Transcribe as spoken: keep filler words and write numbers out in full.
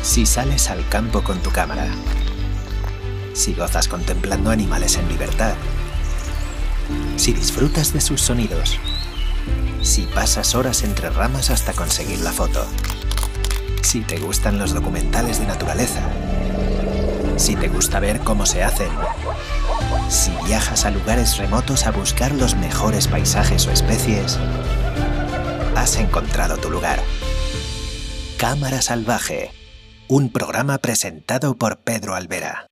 Si sales al campo con tu cámara. Si gozas contemplando animales en libertad. Si disfrutas de sus sonidos. Si pasas horas entre ramas hasta conseguir la foto. Si te gustan los documentales de naturaleza. Si te gusta ver cómo se hacen. Si viajas a lugares remotos a buscar los mejores paisajes o especies, has encontrado tu lugar. Cámara Salvaje, un programa presentado por Pedro Alvera.